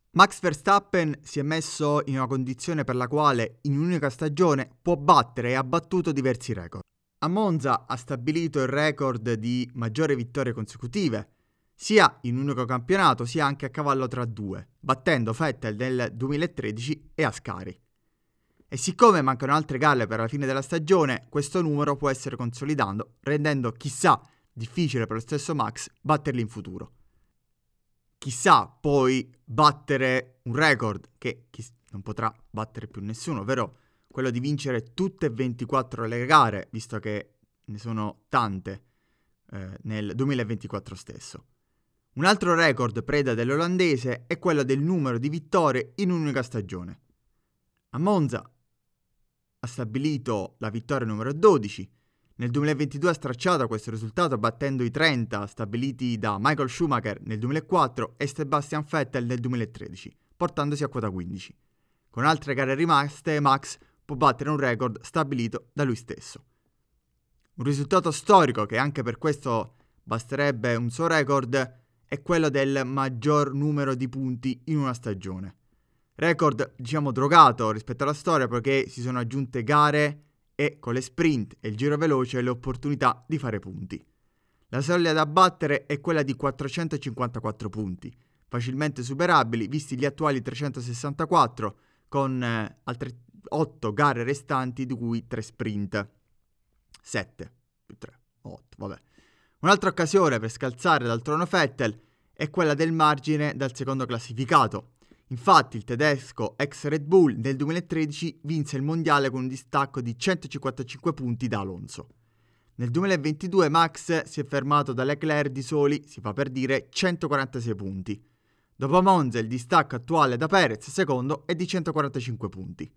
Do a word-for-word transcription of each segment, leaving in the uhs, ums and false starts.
Max Verstappen si è messo in una condizione per la quale in un'unica stagione può battere e ha battuto diversi record. A Monza ha stabilito il record di maggiori vittorie consecutive, sia in un unico campionato sia anche a cavallo tra due, battendo Vettel nel duemilatredici e Ascari. E siccome mancano altre gare per la fine della stagione, questo numero può essere consolidato, rendendo chissà difficile per lo stesso Max batterli in futuro. Chissà poi battere un record che chiss- non potrà battere più nessuno, ovvero quello di vincere tutte e ventiquattro le gare, visto che ne sono tante eh, nel duemilaventiquattro stesso. Un altro record preda dell'olandese è quello del numero di vittorie in un'unica stagione. A Monza ha stabilito la vittoria numero dodici. Nel duemilaventidue ha stracciato questo risultato battendo i trenta stabiliti da Michael Schumacher nel duemilaquattro e Sebastian Vettel nel duemilatredici, portandosi a quota quindici. Con altre gare rimaste, Max può battere un record stabilito da lui stesso. Un risultato storico che anche per questo basterebbe un suo record è quello del maggior numero di punti in una stagione. Record, diciamo, drogato rispetto alla storia perché si sono aggiunte gare e con le sprint e il giro veloce le opportunità di fare punti. La soglia da battere è quella di quattrocentocinquantaquattro punti, facilmente superabili visti gli attuali trecentosessantaquattro con eh, altre otto gare restanti di cui tre sprint. sette più tre, otto, vabbè. Un'altra occasione per scalzare dal trono Vettel è quella del margine dal secondo classificato. Infatti il tedesco ex Red Bull nel duemilatredici vinse il mondiale con un distacco di centocinquantacinque punti da Alonso. Nel duemilaventidue Max si è fermato da Leclerc di soli, si fa per dire, centoquarantasei punti. Dopo Monza il distacco attuale da Perez, secondo, è di centoquarantacinque punti.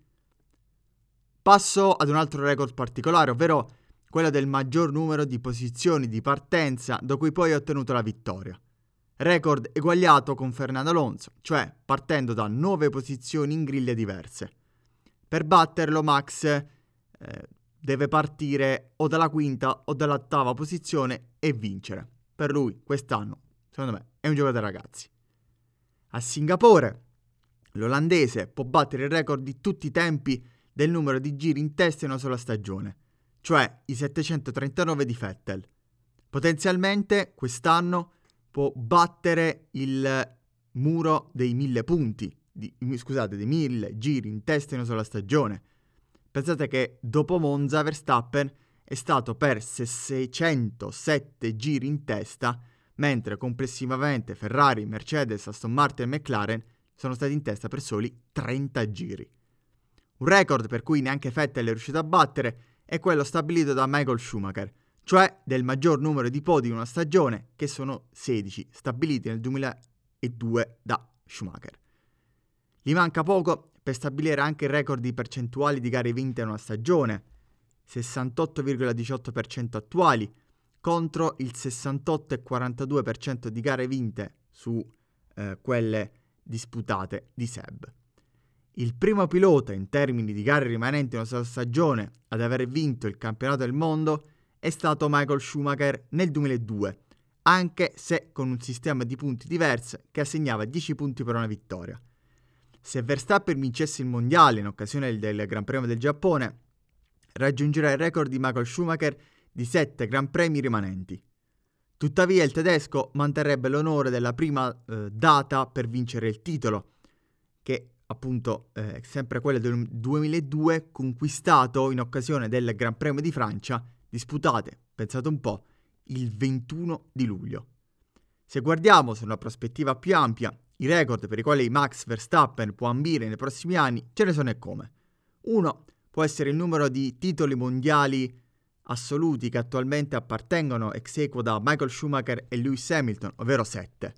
Passo ad un altro record particolare, ovvero quello del maggior numero di posizioni di partenza da cui poi ha ottenuto la vittoria. Record eguagliato con Fernando Alonso, cioè partendo da nove posizioni in griglie diverse. Per batterlo Max eh, deve partire o dalla quinta o dall'ottava posizione e vincere. Per lui quest'anno, secondo me, è un gioco da ragazzi. A Singapore l'olandese può battere il record di tutti i tempi del numero di giri in testa in una sola stagione, cioè i settecentotrentanove di Vettel. Potenzialmente quest'anno può battere il muro dei mille punti, di, scusate, dei mille giri in testa in una sola stagione. Pensate che dopo Monza Verstappen è stato per seicentosette giri in testa, mentre complessivamente Ferrari, Mercedes, Aston Martin e McLaren sono stati in testa per soli trenta giri. Un record per cui neanche Vettel è riuscito a battere è quello stabilito da Michael Schumacher, cioè del maggior numero di podi in una stagione, che sono sedici, stabiliti nel duemiladue da Schumacher. Gli manca poco per stabilire anche il record di percentuali di gare vinte in una stagione, sessantotto virgola diciotto per cento attuali, contro il sessantotto virgola quarantadue per cento di gare vinte su eh, quelle disputate di Seb. Il primo pilota in termini di gare rimanenti in una sola stagione ad aver vinto il campionato del mondo è stato Michael Schumacher nel duemiladue, anche se con un sistema di punti diverso che assegnava dieci punti per una vittoria. Se Verstappen vincesse il mondiale in occasione del Gran Premio del Giappone, raggiungerà il record di Michael Schumacher di sette Gran Premi rimanenti. Tuttavia il tedesco manterrebbe l'onore della prima eh, data per vincere il titolo, che appunto è eh, sempre quello del duemiladue, conquistato in occasione del Gran Premio di Francia, disputate, pensate un po', il ventuno di luglio. Se guardiamo su una prospettiva più ampia, i record per i quali Max Verstappen può ambire nei prossimi anni ce ne sono e come. Uno può essere il numero di titoli mondiali assoluti che attualmente appartengono ex aequo da Michael Schumacher e Lewis Hamilton, ovvero sette.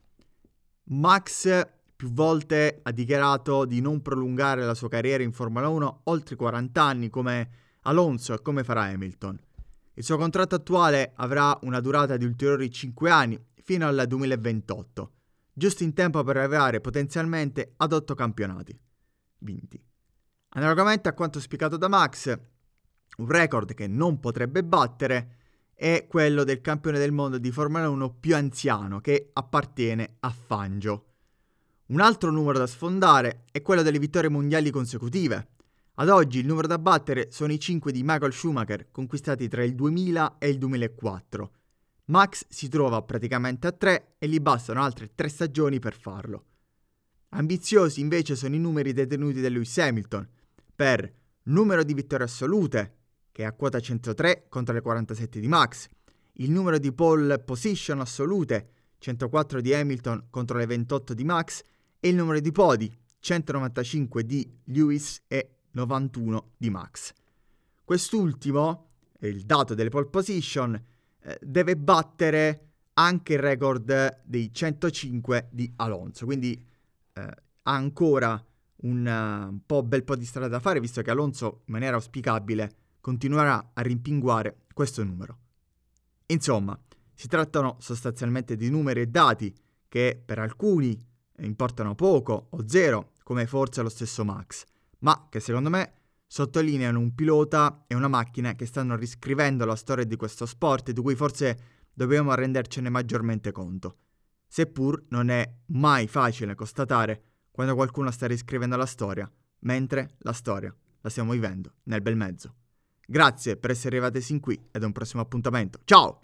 Max più volte ha dichiarato di non prolungare la sua carriera in Formula uno oltre quaranta anni come Alonso e come farà Hamilton. Il suo contratto attuale avrà una durata di ulteriori cinque anni fino al duemilaventotto, giusto in tempo per arrivare potenzialmente ad otto campionati vinti. Analogamente a quanto spiegato da Max, un record che non potrebbe battere è quello del campione del mondo di Formula uno più anziano, che appartiene a Fangio. Un altro numero da sfondare è quello delle vittorie mondiali consecutive. Ad oggi il numero da battere sono i cinque di Michael Schumacher, conquistati tra il duemila e il duemilaquattro. Max si trova praticamente a tre e gli bastano altre tre stagioni per farlo. Ambiziosi invece sono i numeri detenuti da Lewis Hamilton, per numero di vittorie assolute, che è a quota centotré contro le quarantasette di Max, il numero di pole position assolute, centoquattro di Hamilton contro le ventotto di Max, e il numero di podi, centonovantacinque di Lewis e novantuno di Max. Quest'ultimo, il dato delle pole position, eh, deve battere anche il record dei centocinque di Alonso, quindi eh, ha ancora un, uh, un po' bel po' di strada da fare, visto che Alonso in maniera auspicabile continuerà a rimpinguare questo numero. Insomma, si trattano sostanzialmente di numeri e dati che per alcuni importano poco o zero, come forse lo stesso Max, ma che secondo me sottolineano un pilota e una macchina che stanno riscrivendo la storia di questo sport, di cui forse dobbiamo rendercene maggiormente conto. Seppur non è mai facile constatare quando qualcuno sta riscrivendo la storia, mentre la storia la stiamo vivendo nel bel mezzo. Grazie per essere arrivati sin qui ed a un prossimo appuntamento. Ciao!